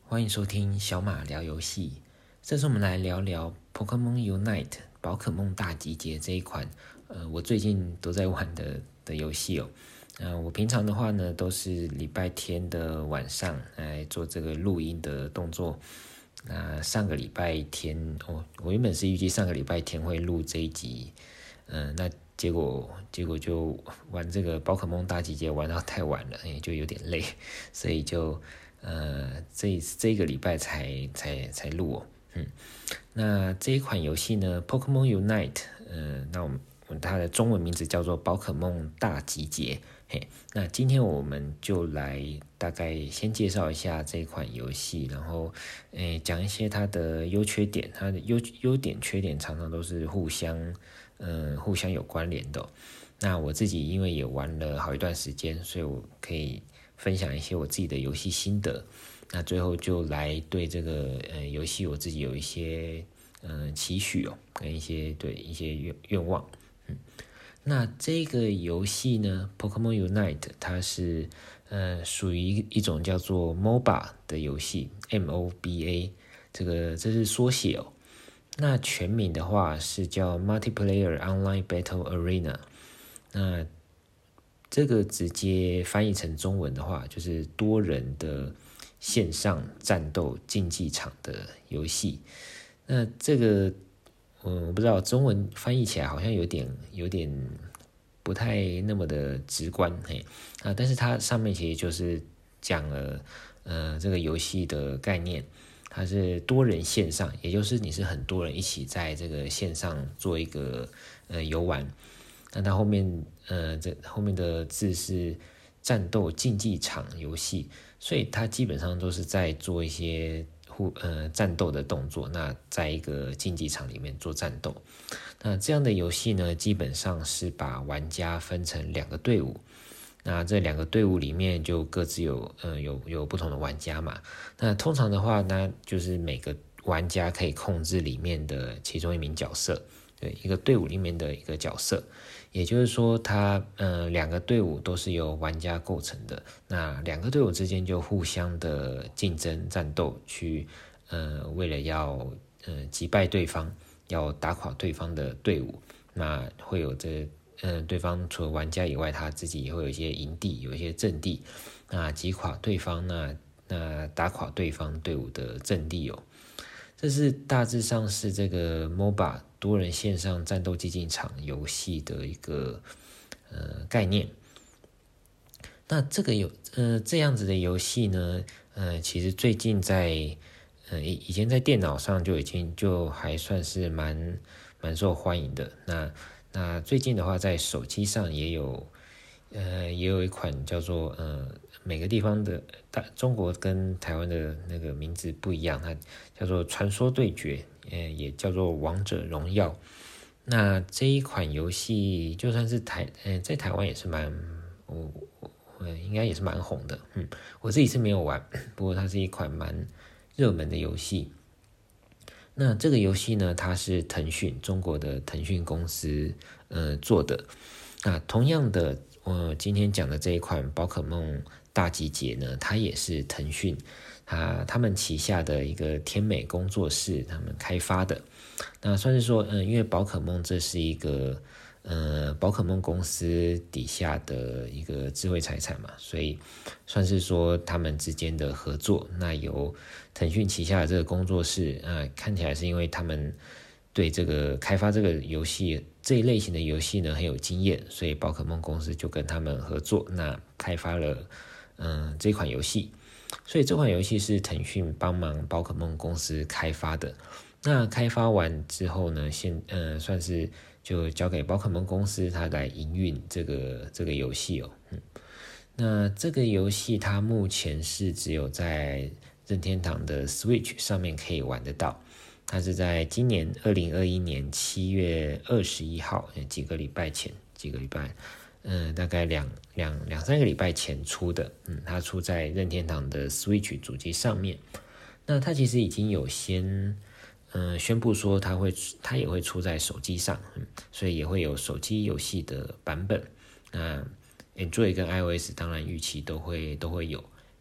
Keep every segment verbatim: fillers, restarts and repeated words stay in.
欢迎收听小马聊游戏。这次我们来聊聊 Pokémon Unite 宝可梦大集结这一款，呃，我最近都在玩的的游戏哦。呃，我平常的话呢，都是礼拜天的晚上来做这个录音的动作。那上个礼拜天，哦，我原本是预计上个礼拜天会录这一集，嗯、呃，那结果结果就玩这个宝可梦大集结玩到太晚了，也就有点累，所以就。呃，这这个礼拜才才才录哦，嗯，那这一款游戏呢 ，Pokémon Unite， 呃，那我们它的中文名字叫做宝可梦大集结，嘿，那今天我们就来大概先介绍一下这款游戏，然后，诶，讲一些它的优缺点，它的优优点、缺点常常都是互相，嗯、呃，互相有关联的哦。那我自己因为也玩了好一段时间，所以我可以分享一些我自己的游戏心得，那最后就来对这个呃游戏我自己有一些呃期许哦，跟一些对一些愿愿望。嗯，那这个游戏呢 ，Pokémon Unite 它是呃属于一种叫做 M O B A 的游戏 ，M O B A， 这个这是缩写哦。那全名的话是叫 Multiplayer Online Battle Arena， 那这个直接翻译成中文的话，就是多人的线上战斗竞技场的游戏。那这个，嗯，我不知道中文翻译起来好像有点有点不太那么的直观，嘿啊，但是它上面其实就是讲了，呃，这个游戏的概念，它是多人线上，也就是你是很多人一起在这个线上做一个呃游玩。那它后面呃，这后面的字是战斗竞技场游戏，所以它基本上都是在做一些互呃战斗的动作。那在一个竞技场里面做战斗，那这样的游戏呢，基本上是把玩家分成两个队伍。那这两个队伍里面就各自有呃有有不同的玩家嘛。那通常的话呢，就是每个玩家可以控制里面的其中一名角色。对，一个队伍里面的一个角色，也就是说它，呃两个队伍都是由玩家构成的。那两个队伍之间就互相的竞争战斗，去呃为了要呃击败对方，要打垮对方的队伍。那会有这呃对方除了玩家以外，他自己也会有一些营地，有一些阵地。那击垮对方，那那打垮对方队伍的阵地哦。这是大致上是这个 M O B A 多人线上战斗竞技场游戏的一个呃概念。那这个有呃这样子的游戏呢，呃其实最近在呃以以前在电脑上就已经就还算是蛮蛮受欢迎的。那那最近的话，在手机上也有呃也有一款叫做呃。每个地方的大中国跟台湾的那个名字不一样，它叫做传说对决，呃，也叫做王者荣耀。那这一款游戏就算是台，呃，在台湾也是蛮，我、呃、应该也是蛮红的。嗯，我自己是没有玩，不过它是一款蛮热门的游戏。那这个游戏呢，它是腾讯中国的腾讯公司呃做的。那同样的，我今天讲的这一款宝可梦大集结呢，它也是腾讯他他们旗下的一个天美工作室他们开发的。那算是说，嗯，因为宝可梦这是一个呃宝可梦公司底下的一个智慧财产嘛，所以算是说他们之间的合作。那由腾讯旗下的这个工作室，啊、呃，看起来是因为他们对这个开发这个游戏这一类型的游戏呢很有经验，所以宝可梦公司就跟他们合作，那开发了嗯这款游戏。所以这款游戏是腾讯帮忙宝可梦公司开发的。那开发完之后呢，现呃算是就交给宝可梦公司它来营运这个这个游戏哦。嗯，那这个游戏它目前是只有在任天堂的 Switch 上面可以玩得到。它是在今年二零二一年七月二十一号，几个礼拜前，几个礼拜，嗯，大概两两两三个礼拜前出的。嗯，它出在任天堂的 Switch 主机上面。那它其实已经有先，嗯、呃，宣布说它会，它也会出在手机上，嗯，所以也会有手机游戏的版本。那 Android 跟 iOS 当然预期都会都会有。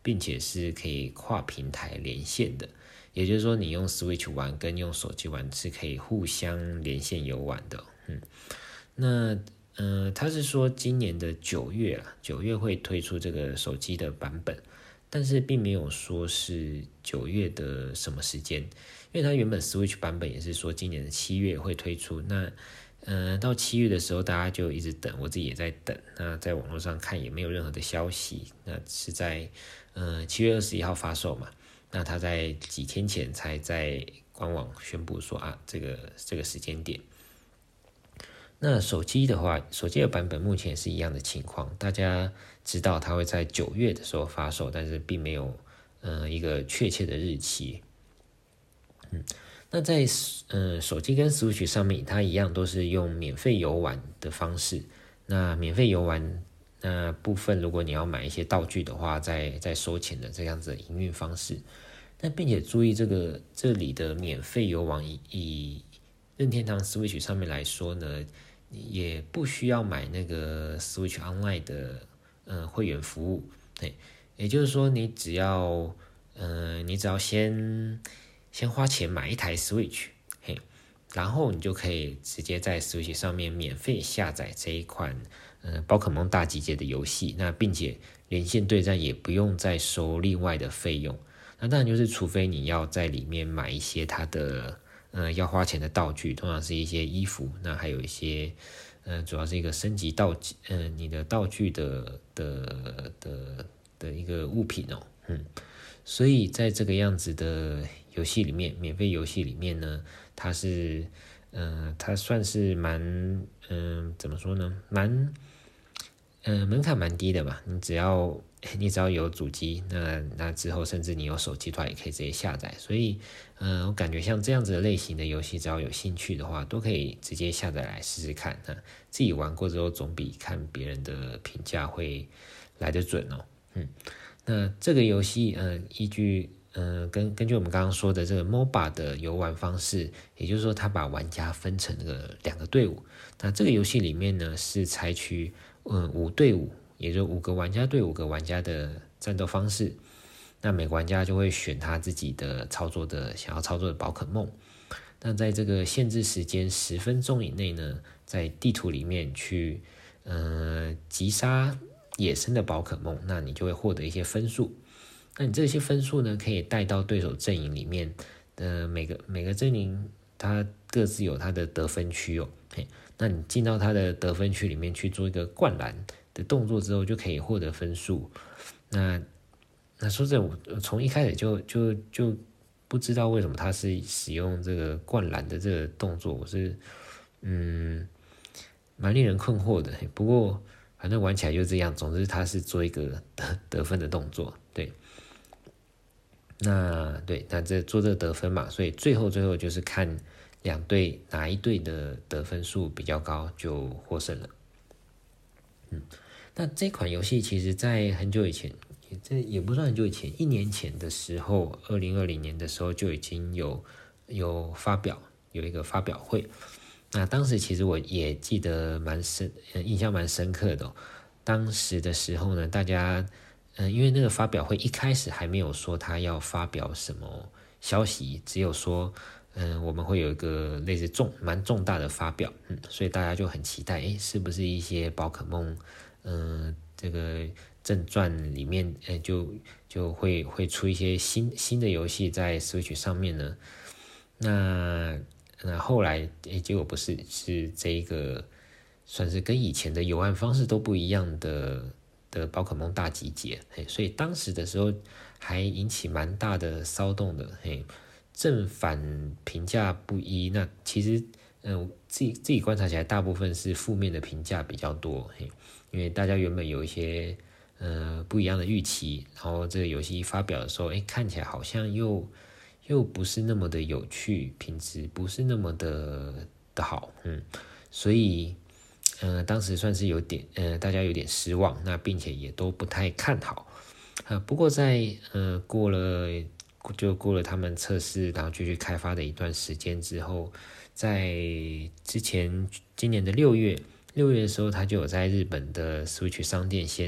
并且是可以跨平台连线的。也就是说，你用 Switch 玩跟用手机玩是可以互相连线游玩的。嗯，那呃，他是说今年的九月啊，九月会推出这个手机的版本，但是并没有说是九月的什么时间，因为他原本 Switch 版本也是说今年的七月会推出。那呃，到七月的时候，大家就一直等，我自己也在等。那在网络上看也没有任何的消息，那是在呃七月二十一号发售嘛。那他在几天前才在官网宣布说啊，这个这个时间点。那手机的话，手机的版本目前也是一样的情况，大家知道它会在九月的时候发售，但是并没有呃一个确切的日期。嗯，那在呃手机跟 Switch 上面，它一样都是用免费游玩的方式。那免费游玩那部分，如果你要买一些道具的话，再再收钱的这样子的营运方式。但并且注意这个这里的免费游玩以以任天堂 Switch 上面来说呢，也不需要买那个 Switch Online 的呃会员服务。对，也就是说你只要呃你只要先先花钱买一台 Switch， 嘿，然后你就可以直接在 Switch 上面免费下载这一款呃宝可梦大集结的游戏，那并且连线对战也不用再收另外的费用。那当然就是除非你要在里面买一些它的呃要花钱的道具，通常是一些衣服，那还有一些呃主要是一个升级道具，呃你的道具的的的的一个物品哦，嗯，所以在这个样子的游戏里面，免费游戏里面呢，它是呃它算是蛮嗯、呃、怎么说呢，蛮呃门槛蛮低的吧，你只要你只要有主机，那那之后甚至你有手机的话，也可以直接下载。所以，呃，我感觉像这样子的类型的游戏，只要有兴趣的话，都可以直接下载来试试看。那自己玩过之后，总比看别人的评价会来得准哦。嗯，那这个游戏，呃，依据呃根根据我们刚刚说的这个 M O B A 的游玩方式，也就是说，它把玩家分成这个两个队伍。那这个游戏里面呢，是采取嗯五对五。也就五个玩家对五个玩家的战斗方式，那每个玩家就会选他自己的操作的想要操作的宝可梦。那在这个限制时间十分钟以内呢，在地图里面去呃击杀野生的宝可梦，那你就会获得一些分数。那你这些分数呢，可以带到对手阵营里面的每个每个阵营，它各自有它的得分区哦。嘿，那你进到它的得分区里面去做一个灌篮的动作之后，就可以获得分数。那那说真的，我从一开始就就就不知道为什么他是使用这个灌篮的这个动作，我是嗯蛮令人困惑的。不过反正玩起来就这样，总之他是做一个得得分的动作，对。那对，那这做这个得分嘛，所以最后最后就是看两队哪一队的得分数比较高就获胜了。嗯。那这款游戏其实在很久以前，也这也不算很久以前，一年前的时候，二零二零年的时候就已经有有发表，有一个发表会。那当时其实我也记得蛮深，印象蛮深刻的哦。当时的时候呢，大家嗯、呃，因为那个发表会一开始还没有说他要发表什么消息，只有说嗯、呃，我们会有一个类似重蛮重大的发表，嗯，所以大家就很期待，诶，是不是一些宝可梦？嗯、呃，这个正传里面，呃，就就会会出一些新新的游戏在 Switch 上面呢。那那后来，诶，结果不是，是这一个算是跟以前的游玩方式都不一样的的宝可梦大集结，嘿，所以当时的时候还引起蛮大的骚动的，嘿，正反评价不一。那其实，嗯、呃，自己自己观察起来，大部分是负面的评价比较多，嘿。因为大家原本有一些呃不一样的预期，然后这个游戏一发表的时候，哎，看起来好像又又不是那么的有趣，品质不是那么的的好，嗯，所以呃当时算是有点呃大家有点失望，那并且也都不太看好，啊、呃，不过在呃过了就过了他们测试，然后继续开发的一段时间之后，在之前今年的六月。六月的时候，他就有在日本的 Switch 商店先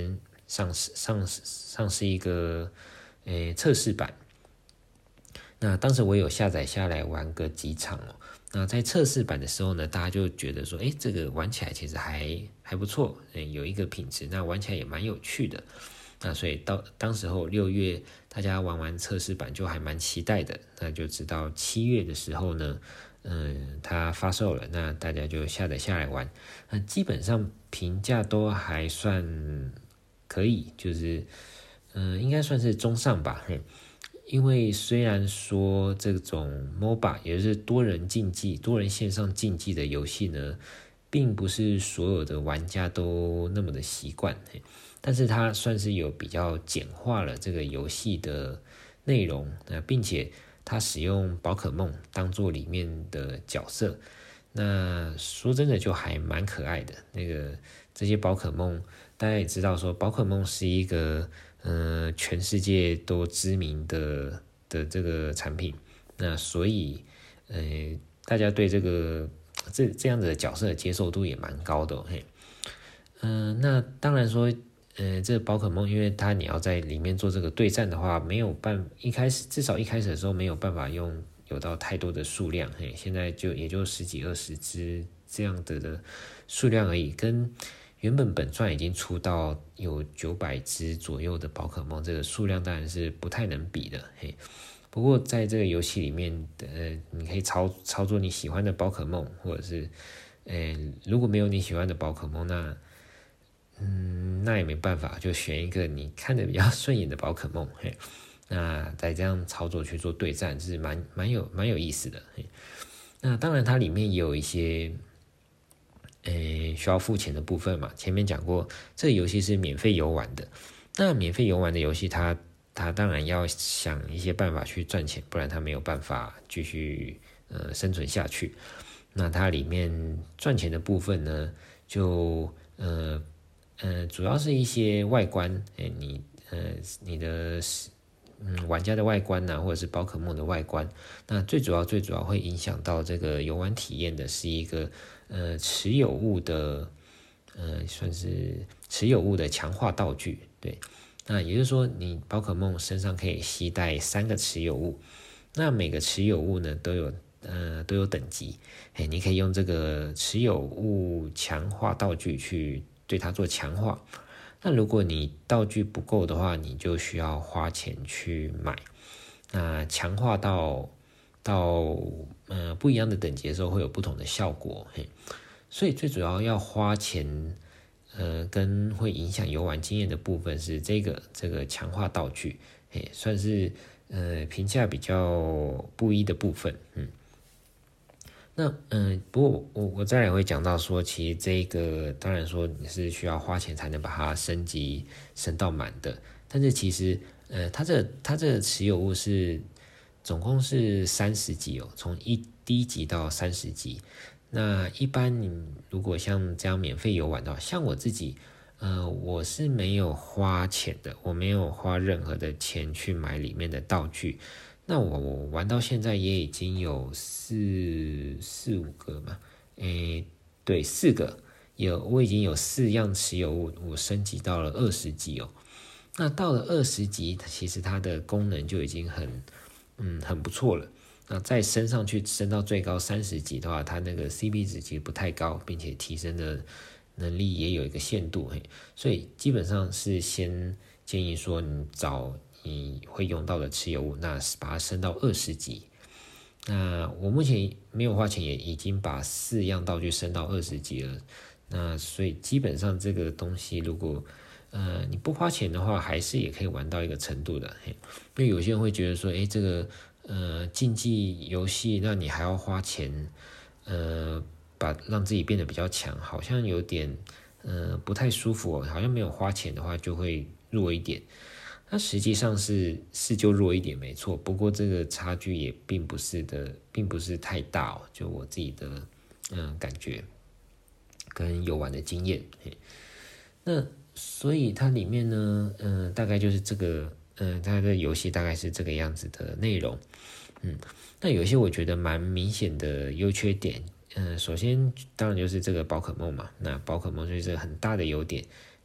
上市上市上市一个诶测试版。那当时我有下载下来玩个几场哦。那在测试版的时候呢，大家就觉得说，诶，这个玩起来其实还还不错，有一个品质，那玩起来也蛮有趣的。那所以到当时候六月，大家玩完测试版就还蛮期待的。那就直到七月的时候呢，嗯，它发售了，那大家就下载下来玩。那基本上评价都还算可以，就是嗯，应该算是中上吧。嘿，因为虽然说这种 M O B A 也就是多人竞技、多人线上竞技的游戏呢，并不是所有的玩家都那么的习惯，但是它算是有比较简化了这个游戏的内容，那并且它使用宝可梦当做里面的角色，那说真的就还蛮可爱的。那个这些宝可梦，大家也知道说，宝可梦是一个呃，全世界都知名的的这个产品，那所以，呃，大家对这个这这样子的角色的接受度也蛮高的，嘿，嗯、呃，那当然说，呃，这个宝可梦，因为它你要在里面做这个对战的话，没有办一开始至少一开始的时候没有办法用有到太多的数量，嘿，现在就也就十几二十只这样的的数量而已，跟原本本传已经出到有九百只左右的宝可梦，这个数量当然是不太能比的。嘿，不过在这个游戏里面，呃，你可以操操作你喜欢的宝可梦，或者是，呃，如果没有你喜欢的宝可梦，那，嗯，那也没办法，就选一个你看着比较顺眼的宝可梦。嘿，那再这样操作去做对战，是蛮蛮有蛮有意思的。嘿，那当然它里面也有一些。诶，需要付钱的部分嘛，前面讲过，这个游戏是免费游玩的。那免费游玩的游戏它，它它当然要想一些办法去赚钱，不然它没有办法继续呃生存下去。那它里面赚钱的部分呢，就呃呃，主要是一些外观，诶，你呃你的嗯玩家的外观呐、啊，或者是宝可梦的外观，那最主要最主要会影响到这个游玩体验的是一个。呃，持有物的，呃，算是持有物的强化道具，对。那也就是说，你宝可梦身上可以携带三个持有物，那每个持有物呢都有，呃，都有等级，哎，你可以用这个持有物强化道具去对它做强化。那如果你道具不够的话，你就需要花钱去买。那强化到。到呃不一样的等级的时候会有不同的效果，嘿，所以最主要要花钱，呃，跟会影响游玩经验的部分是这个这个强化道具，嘿，算是呃评价比较不一的部分，嗯，那嗯、呃，不过我我再来会讲到说，其实这个当然说你是需要花钱才能把它升级升到满的，但是其实呃，它这它这个持有物是。总共是三十级哦，从一第一级到三十级。那一般你如果像这样免费游玩的话，像我自己，呃，我是没有花钱的，我没有花任何的钱去买里面的道具。那我我玩到现在也已经有四四五个嘛，诶，对，四个有，我已经有四样持有物，我升级到了二十级哦。那到了二十级，其实它的功能就已经很。嗯，很不错了。那再升上去，升到最高三十级的话，它那个 C P 值其实不太高，并且提升的能力也有一个限度，嘿，所以基本上是先建议说，你找你会用到的持有物，那把它升到二十级。那我目前没有花钱，也已经把四样道具升到二十级了。那所以基本上这个东西，如果呃，你不花钱的话，还是也可以玩到一个程度的。嘿，因为有些人会觉得说，诶，这个呃竞技游戏，那你还要花钱，呃，把让自己变得比较强，好像有点呃不太舒服哦。好像没有花钱的话，就会弱一点。那实际上是是就弱一点，没错。不过这个差距也并不是的，并不是太大哦。就我自己的嗯、呃、感觉跟游玩的经验，嘿，那。所以它里面呢，嗯、呃，大概就是这个，嗯、呃，它的游戏大概是这个样子的内容，嗯，那有一些我觉得蛮明显的优缺点，嗯、呃，首先当然就是这个宝可梦嘛，那宝可梦就是很大的优点，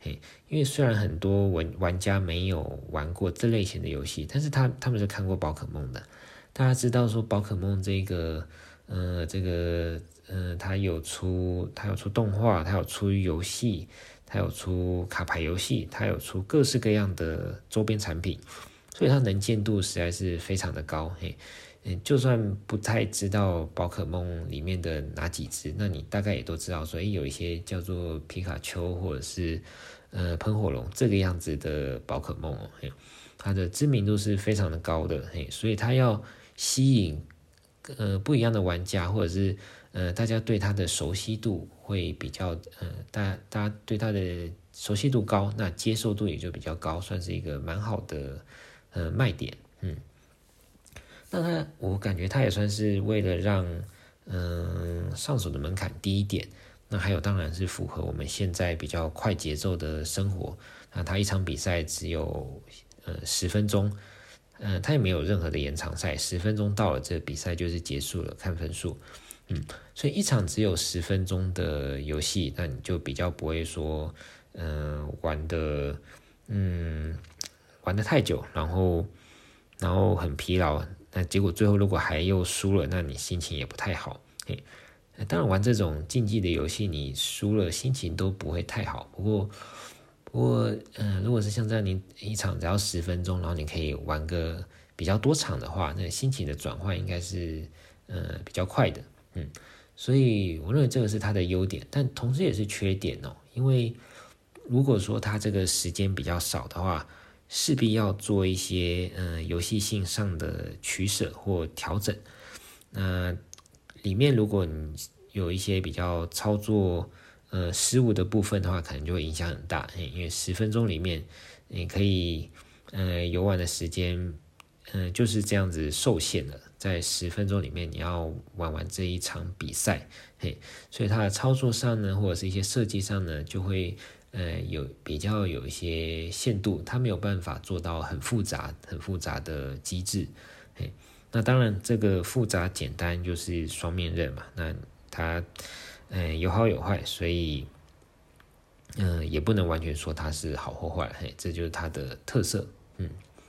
嘿，因为虽然很多玩玩家没有玩过这类型的游戏，但是他他们是看过宝可梦的，大家知道说宝可梦这个呃这个呃它有出它有出动画，它有出游戏，它有出卡牌游戏，它有出各式各样的周边产品，所以它能见度实在是非常的高。嘿，嗯，就算不太知道宝可梦里面的哪几只，那你大概也都知道说，诶，有一些叫做皮卡丘或者是呃喷火龙这个样子的宝可梦哦，嘿，它的知名度是非常的高的，嘿，所以它要吸引呃不一样的玩家，或者是呃大家对它的熟悉度会比较呃大大家对它的熟悉度高，那接受度也就比较高，算是一个蛮好的呃卖点，嗯。那它，我感觉它也算是为了让，嗯、呃，上手的门槛低一点。那还有，当然是符合我们现在比较快节奏的生活。那它一场比赛只有呃十分钟，嗯、呃，它也没有任何的延长赛，十分钟到了，这比赛就是结束了，看分数。嗯，所以一场只有十分钟的游戏，那你就比较不会说，嗯、呃，玩的，嗯，玩的太久，然后，然后很疲劳。那结果最后如果还又输了，那你心情也不太好。嘿，当然玩这种竞技的游戏，你输了心情都不会太好。不过，不过，嗯、呃，如果是像这样，你一场只要十分钟，然后你可以玩个比较多场的话，那心情的转换应该是呃比较快的。嗯，所以我认为这个是它的优点，但同时也是缺点哦。因为如果说它这个时间比较少的话，势必要做一些呃游戏性上的取舍或调整。那里面如果你有一些比较操作呃失误的部分的话，可能就会影响很大。因为十分钟里面你可以呃游玩的时间，嗯、呃、就是这样子受限了，在十分钟里面你要玩完这一场比赛，嘿，所以它的操作上呢，或者是一些设计上呢，就会。呃，有比较有一些限度，它没有办法做到很复杂、很复杂的机制。嘿，那当然，这个复杂简单就是双面刃嘛。那它，呃，有好有坏，所以，嗯、呃，也不能完全说它是好或坏。嘿，这就是它的特色。嗯，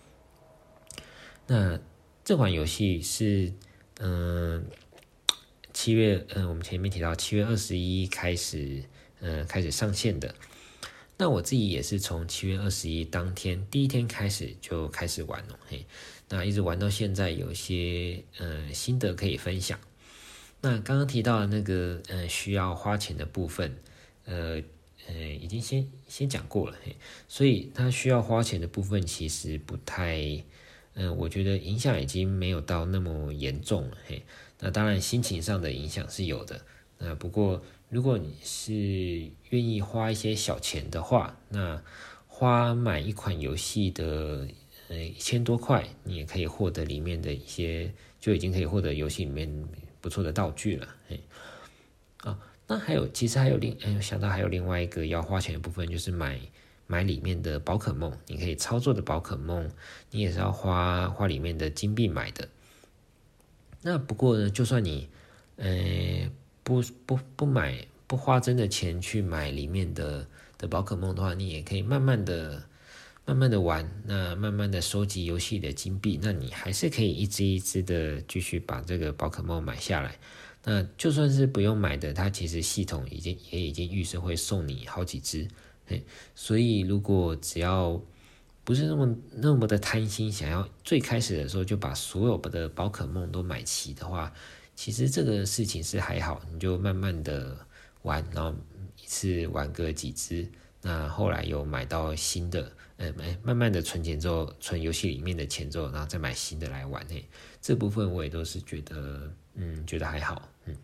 那这款游戏是，嗯、呃，七月，嗯、呃，我们前面提到七月二十一开始，嗯、呃，开始上线的。那我自己也是从七月二十一当天第一天开始就开始玩了，嘿，那一直玩到现在，有一些呃心得可以分享。那刚刚提到的那个呃需要花钱的部分，呃呃已经先先讲过了，嘿，所以它需要花钱的部分其实不太，嗯、呃，我觉得影响已经没有到那么严重了，嘿，那当然心情上的影响是有的，那不过。如果你是愿意花一些小钱的话，那花买一款游戏的呃一千多块，你也可以获得里面的一些，就已经可以获得游戏里面不错的道具了。嘿，啊，那还有，其实还有另，哎，想到还有另外一个要花钱的部分，就是买买里面的宝可梦，你可以操作的宝可梦，你也是要花花里面的金币买的。那不过呢，就算你，呃。不不不买不花真的钱去买里面的的宝可梦的话，你也可以慢慢的慢慢的玩，那慢慢的收集游戏的金币，那你还是可以一只一只的继续把这个宝可梦买下来。那就算是不用买的，它其实系统已经也已经预设会送你好几只，所以如果只要不是那么那么的贪心，想要最开始的时候就把所有的宝可梦都买齐的话。其实这个事情是还好，你就慢慢的玩，然后一次玩个几只，那后来有买到新的，呃，慢慢的存钱之后，存游戏里面的钱之后，然后再买新的来玩，嘿，这部分我也都是觉得，嗯，觉得还好，嗯。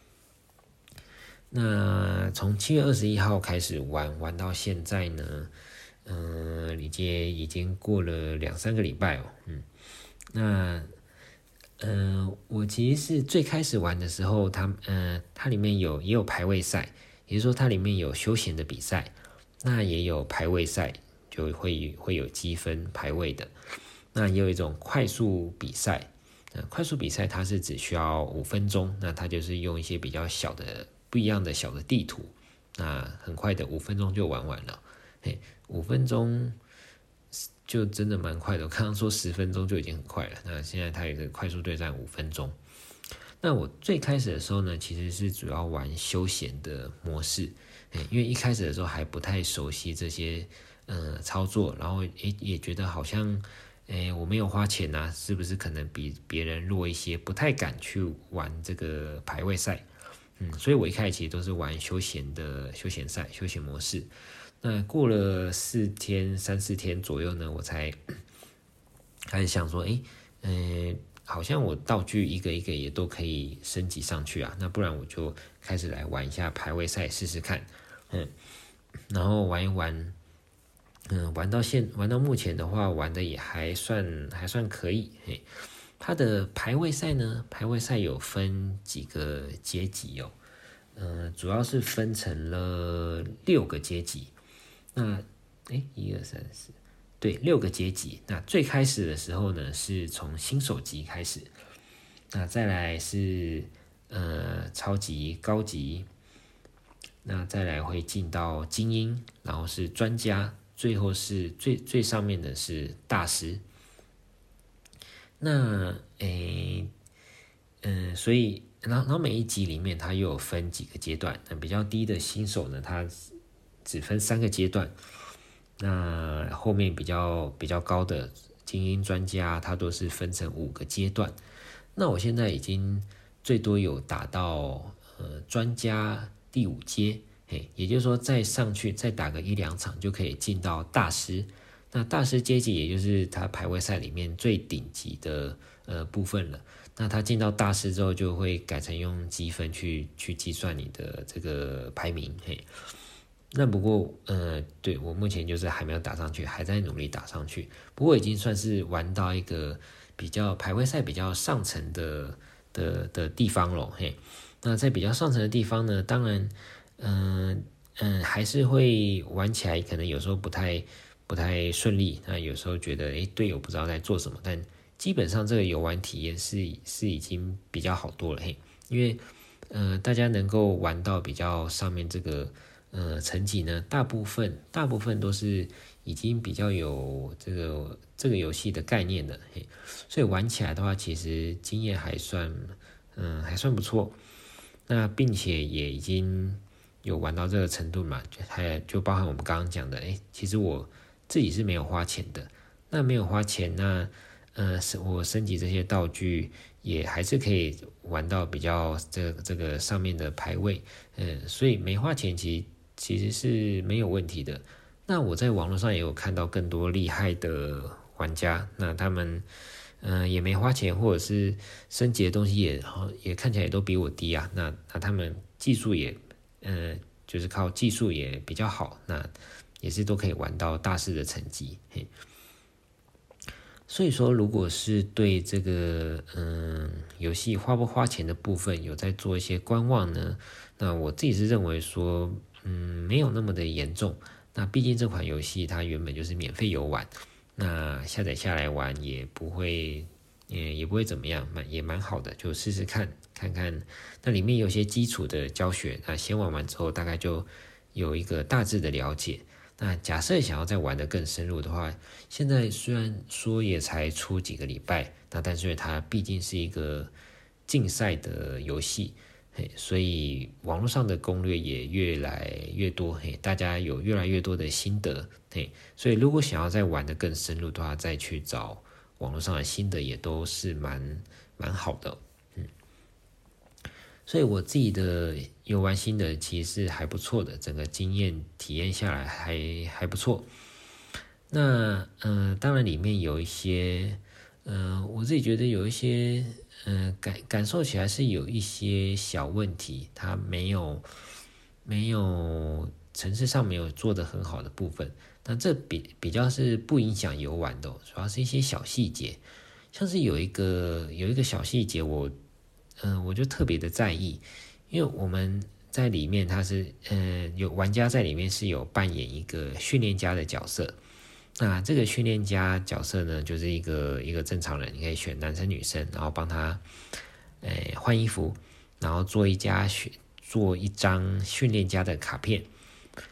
那从七月二十一号开始玩，玩到现在呢，嗯、呃，已经已经过了两三个礼拜哦，嗯，那。嗯、呃，我其实是最开始玩的时候，它呃，它里面有也有排位赛，也就是说它里面有休闲的比赛，那也有排位赛，就会会有积分排位的。那也有一种快速比赛，呃，快速比赛它是只需要五分钟，那它就是用一些比较小的不一样的小的地图，那很快的五分钟就玩完了。 嘿，五分钟就真的蛮快的。我刚刚说十分钟就已经很快了，那现在它有一个快速对战五分钟。那我最开始的时候呢，其实是主要玩休闲的模式，因为一开始的时候还不太熟悉这些呃操作，然后也也觉得好像，诶我没有花钱啊，是不是可能比别人弱一些，不太敢去玩这个排位赛，嗯，所以我一开始其实都是玩休闲的休闲赛、休闲模式。那过了四天、三四天左右呢，我才开始想说，诶，嗯。好像我道具一个一个也都可以升级上去啊，那不然我就开始来玩一下排位赛试试看，嗯，然后玩一玩，嗯，玩到现玩到目前的话，玩的也还算还算可以，嘿，它的排位赛呢，排位赛有分几个阶级哦，嗯，主要是分成了六个阶级，那哎，一二三四。对，六个阶级。那最开始的时候呢，是从新手级开始，那再来是呃超级、高级，那再来会进到精英，然后是专家，最后是最最上面的是大师。那诶，嗯、呃，所以然后然后每一级里面它又有分几个阶段。那比较低的新手呢，它只分三个阶段。那后面比较比较高的精英专家，它都是分成五个阶段。那我现在已经最多有打到呃专家第五阶，嘿，也就是说再上去再打个一两场就可以进到大师。那大师阶级也就是他排位赛里面最顶级的呃部分了。那他进到大师之后，就会改成用积分去去计算你的这个排名，嘿。那不过，呃，对我目前就是还没有打上去，还在努力打上去。不过已经算是玩到一个比较排位赛比较上层的的的地方了，嘿。那在比较上层的地方呢，当然，嗯、呃、嗯、呃，还是会玩起来，可能有时候不太不太顺利。那有时候觉得，诶，队友不知道在做什么，但基本上这个游玩体验是是已经比较好多了，嘿。因为，呃，大家能够玩到比较上面这个。呃，成绩呢，大部分大部分都是已经比较有这个这个游戏的概念的，嘿，所以玩起来的话，其实经验还算，嗯，还算不错。那并且也已经有玩到这个程度嘛，就还就包含我们刚刚讲的，哎，其实我自己是没有花钱的，那没有花钱，那呃，我升级这些道具也还是可以玩到比较这这个上面的排位，嗯，所以没花钱其实。其实是没有问题的。那我在网络上也有看到更多厉害的玩家，那他们嗯、呃、也没花钱，或者是升级的东西也也看起来也都比我低啊。那那他们技术也嗯、呃、就是靠技术也比较好，那也是都可以玩到大师的成绩。嘿，所以说，如果是对这个嗯游戏花不花钱的部分有在做一些观望呢，那我自己是认为说。嗯，没有那么的严重。那毕竟这款游戏它原本就是免费游玩，那下载下来玩也不会，也也不会怎么样，蛮也蛮好的，就试试看，看看。那里面有些基础的教学，那先玩完之后，大概就有一个大致的了解。那假设想要再玩得更深入的话，现在虽然说也才出几个礼拜，那但是它毕竟是一个竞赛的游戏。所以网络上的攻略也越来越多，嘿，大家有越来越多的心得，嘿，所以如果想要再玩得更深入的话，再去找网络上的心得也都是蛮蛮好的，嗯，所以我自己的游玩心得其实是还不错的，整个经验体验下来还还不错。那呃，当然里面有一些，呃，我自己觉得有一些。嗯，感感受起来是有一些小问题，它没有没有程式上没有做得很好的部分，那这比比较是不影响游玩的，主要是一些小细节，像是有一个有一个小细节我，嗯、呃，我就特别的在意，因为我们在里面它是，嗯、呃，有玩家在里面是有扮演一个训练家的角色。那这个训练家角色呢，就是一个一个正常人，你可以选男生女生，然后帮他，诶换衣服，然后做一家做一张训练家的卡片。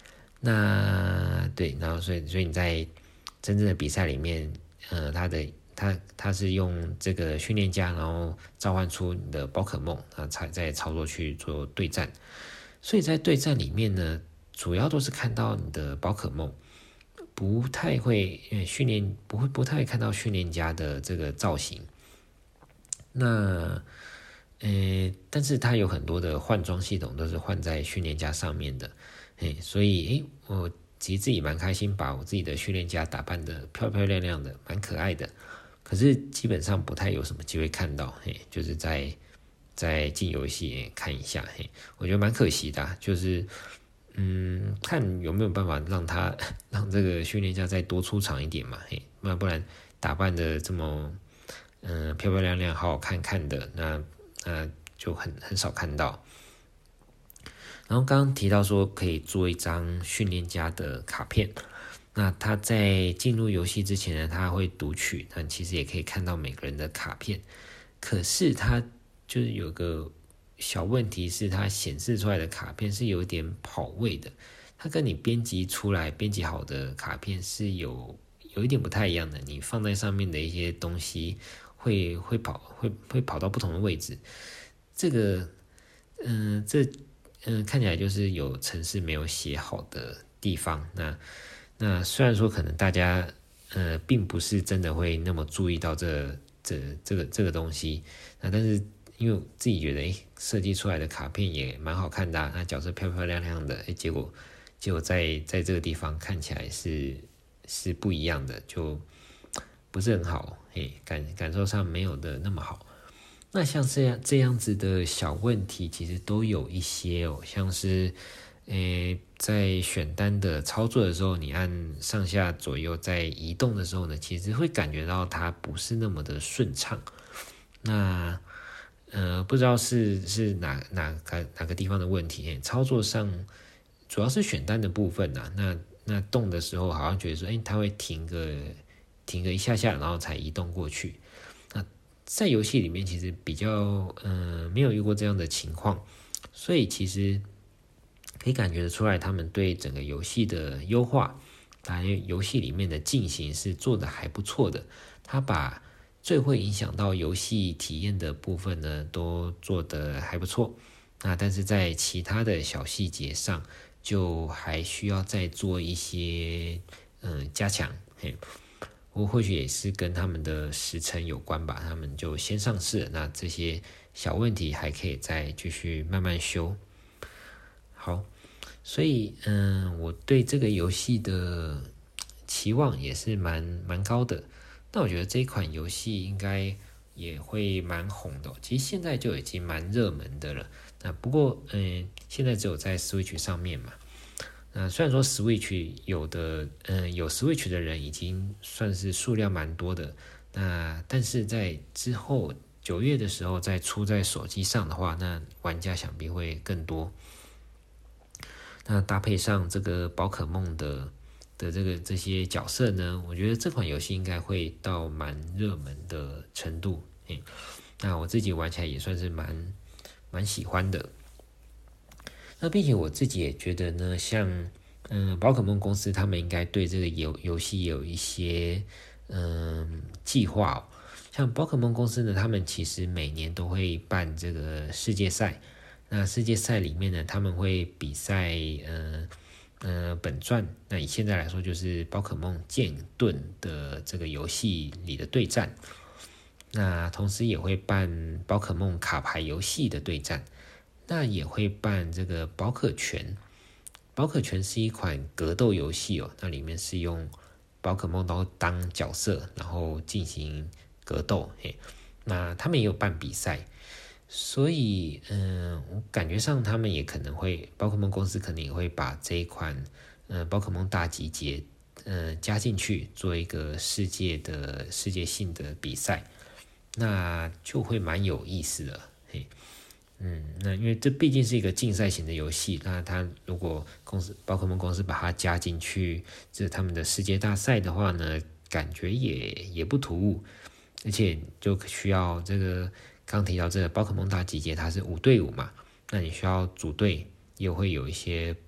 那对，然后所以所以你在真正的比赛里面，呃，它的它它是用这个训练家，然后召唤出你的宝可梦，啊，才再操作去做对战。所以在对战里面呢，主要都是看到你的宝可梦，不太会因为训练不会不太会看到训练家的这个造型。那呃，但是它有很多的换装系统都是换在训练家上面的，哎，所以哎，我其实自己蛮开心，把我自己的训练家打扮得漂漂亮亮的，蛮可爱的。可是基本上不太有什么机会看到，嘿，就是在在进游戏看一下，嘿，我觉得蛮可惜的、啊，就是嗯，看有没有办法让他让这个训练家再多出场一点嘛，嘿，那不然打扮的这么嗯、呃、漂漂亮亮、好好看看的，那那就很很少看到。然后刚刚提到说可以做一张训练家的卡片，那他在进入游戏之前呢，他会读取，那其实也可以看到每个人的卡片。可是他就是有个小问题是，它显示出来的卡片是有点跑位的，它跟你编辑出来编辑好的卡片是有有一点不太一样的。你放在上面的一些东西会会跑会会跑到不同的位置，这个嗯、呃、这嗯、呃、看起来就是有程式没有写好的地方。那那虽然说可能大家呃并不是真的会那么注意到这这这个这个东西，那但是因为我自己觉得诶设计出来的卡片也蛮好看的、啊，那角色漂漂亮亮的，诶结果结果在在这个地方看起来是是不一样的，就不是很好，嘿感感受上没有的那么好。那像这样这样子的小问题其实都有一些哦，像是诶在选单的操作的时候，你按上下左右在移动的时候呢，其实会感觉到它不是那么的顺畅。那呃不知道是是哪哪个哪个地方的问题，操作上主要是选单的部分啊，那那动的时候好像觉得说，哎，它会停个停个一下下，然后才移动过去。那在游戏里面其实比较嗯、呃、没有遇过这样的情况，所以其实可以感觉得出来，他们对整个游戏的优化，还有游戏里面的进行是做的还不错的。他把最会影响到游戏体验的部分呢，都做得还不错。那但是在其他的小细节上，就还需要再做一些嗯、呃、加强。嘿，或或许也是跟他们的时程有关吧，他们就先上市了，那这些小问题还可以再继续慢慢修。好，所以嗯，我对这个游戏的期望也是蛮蛮高的。那我觉得这一款游戏应该也会蛮红的、哦，其实现在就已经蛮热门的了。那不过嗯，现在只有在 Switch 上面嘛。那虽然说 Switch 有的嗯有 Switch 的人已经算是数量蛮多的，那但是在之后九月的时候再出在手机上的话，那玩家想必会更多。那搭配上这个宝可梦的的这个这些角色呢，我觉得这款游戏应该会到蛮热门的程度。嘿，那我自己玩起来也算是蛮蛮喜欢的。那并且我自己也觉得呢，像嗯宝可梦公司他们应该对这个游游戏有一些嗯计划哦。像宝可梦公司呢，他们其实每年都会办这个世界赛。那世界赛里面呢，他们会比赛，呃呃本传。那以现在来说，就是宝可梦剑盾的这个游戏里的对战。那同时也会办宝可梦卡牌游戏的对战。那也会办这个宝可拳。宝可拳是一款格斗游戏哦，那里面是用宝可梦当当角色，然后进行格斗。嘿，那他们也有办比赛。所以，嗯，我感觉上他们也可能会，宝可梦公司可能也会把这一款，呃，宝可梦大集结，呃，加进去，做一个世界的世界性的比赛，那就会蛮有意思的，嘿，嗯，那因为这毕竟是一个竞赛型的游戏，那它如果公司宝可梦公司把它加进去，这他们的世界大赛的话呢，感觉也也不突兀，而且就需要这个。刚提到这个宝可梦大集结，它是五对五嘛，那你需要组队，也会有一些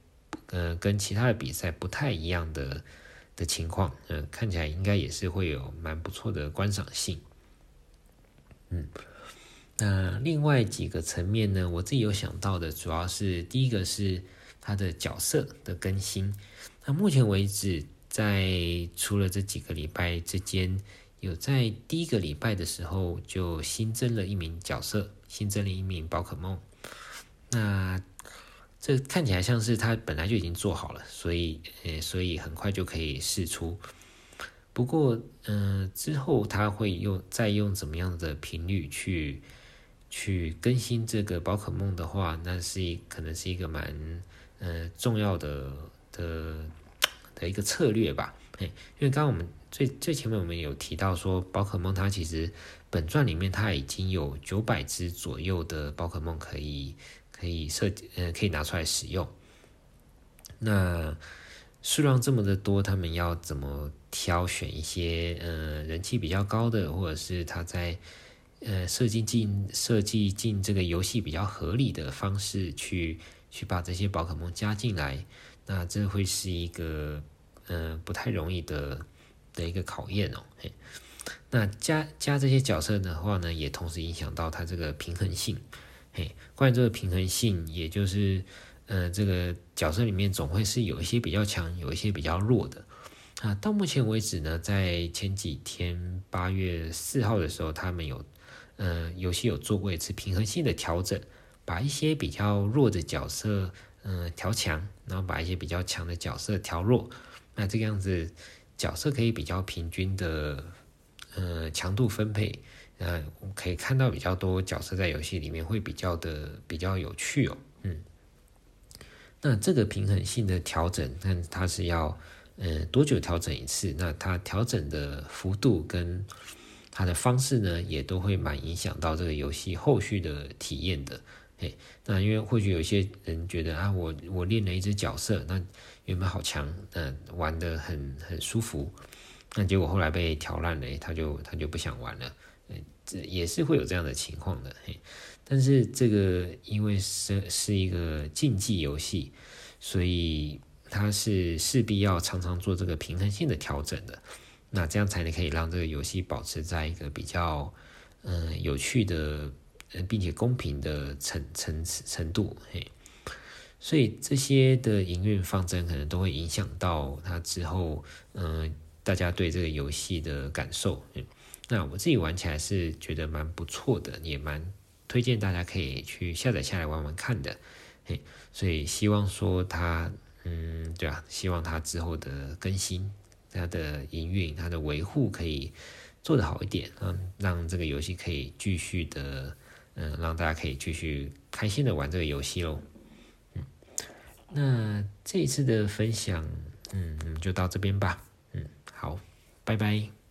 呃跟其他的比赛不太一样的的情况，嗯、呃，看起来应该也是会有蛮不错的观赏性。嗯，那另外几个层面呢，我自己有想到的，主要是第一个是它的角色的更新。那目前为止，在除了这几个礼拜之间，有在第一个礼拜的时候就新增了一名角色，新增了一名宝可梦。那这看起来像是他本来就已经做好了，所以呃，所以很快就可以释出。不过，嗯、呃，之后他会用再用怎么样的频率去去更新这个宝可梦的话，那是一可能是一个蛮呃重要的的的一个策略吧。嘿，因为刚刚我们最最前面我们有提到说，宝可梦它其实本传里面它已经有九百只左右的宝可梦可以可以设呃可以拿出来使用。那数量这么的多，他们要怎么挑选一些呃人气比较高的，或者是他在呃设计进设计进这个游戏比较合理的方式去去把这些宝可梦加进来？那这会是一个呃不太容易的的一个考验哦。嘿，那加加这些角色的话呢，也同时影响到它这个平衡性。嘿，关于这个平衡性，也就是呃，这个角色里面总会是有一些比较强，有一些比较弱的。啊，到目前为止呢，在前几天八月四号的时候，他们有呃游戏有做过一次平衡性的调整，把一些比较弱的角色呃调强，然后把一些比较强的角色调弱。那这个样子，角色可以比较平均的呃强度分配。呃，可以看到比较多角色在游戏里面会比较的比较有趣哦。嗯。那这个平衡性的调整，那它是要呃多久调整一次？那它调整的幅度跟它的方式呢，也都会蛮影响到这个游戏后续的体验的。嘿，那因为或许有些人觉得啊，我我练了一只角色，那原本好强，嗯、呃，玩得很很舒服，那结果后来被调烂了，他就他就不想玩了。呃，这也是会有这样的情况的。嘿。但是这个因为是是一个竞技游戏，所以它是势必要常常做这个平衡性的调整的。那这样才能可以让这个游戏保持在一个比较嗯、呃、有趣的，呃并且公平的程程程度。嘿，所以这些的营运方针可能都会影响到它之后嗯、呃、大家对这个游戏的感受。嗯，那我自己玩起来是觉得蛮不错的，也蛮推荐大家可以去下载下来玩玩看的。嘿，所以希望说它，嗯，对啊，希望它之后的更新、它的营运、它的维护可以做得好一点，嗯，让这个游戏可以继续的，嗯，让大家可以继续开心的玩这个游戏咯。嗯，那这一次的分享，嗯，就到这边吧。嗯，好，拜拜。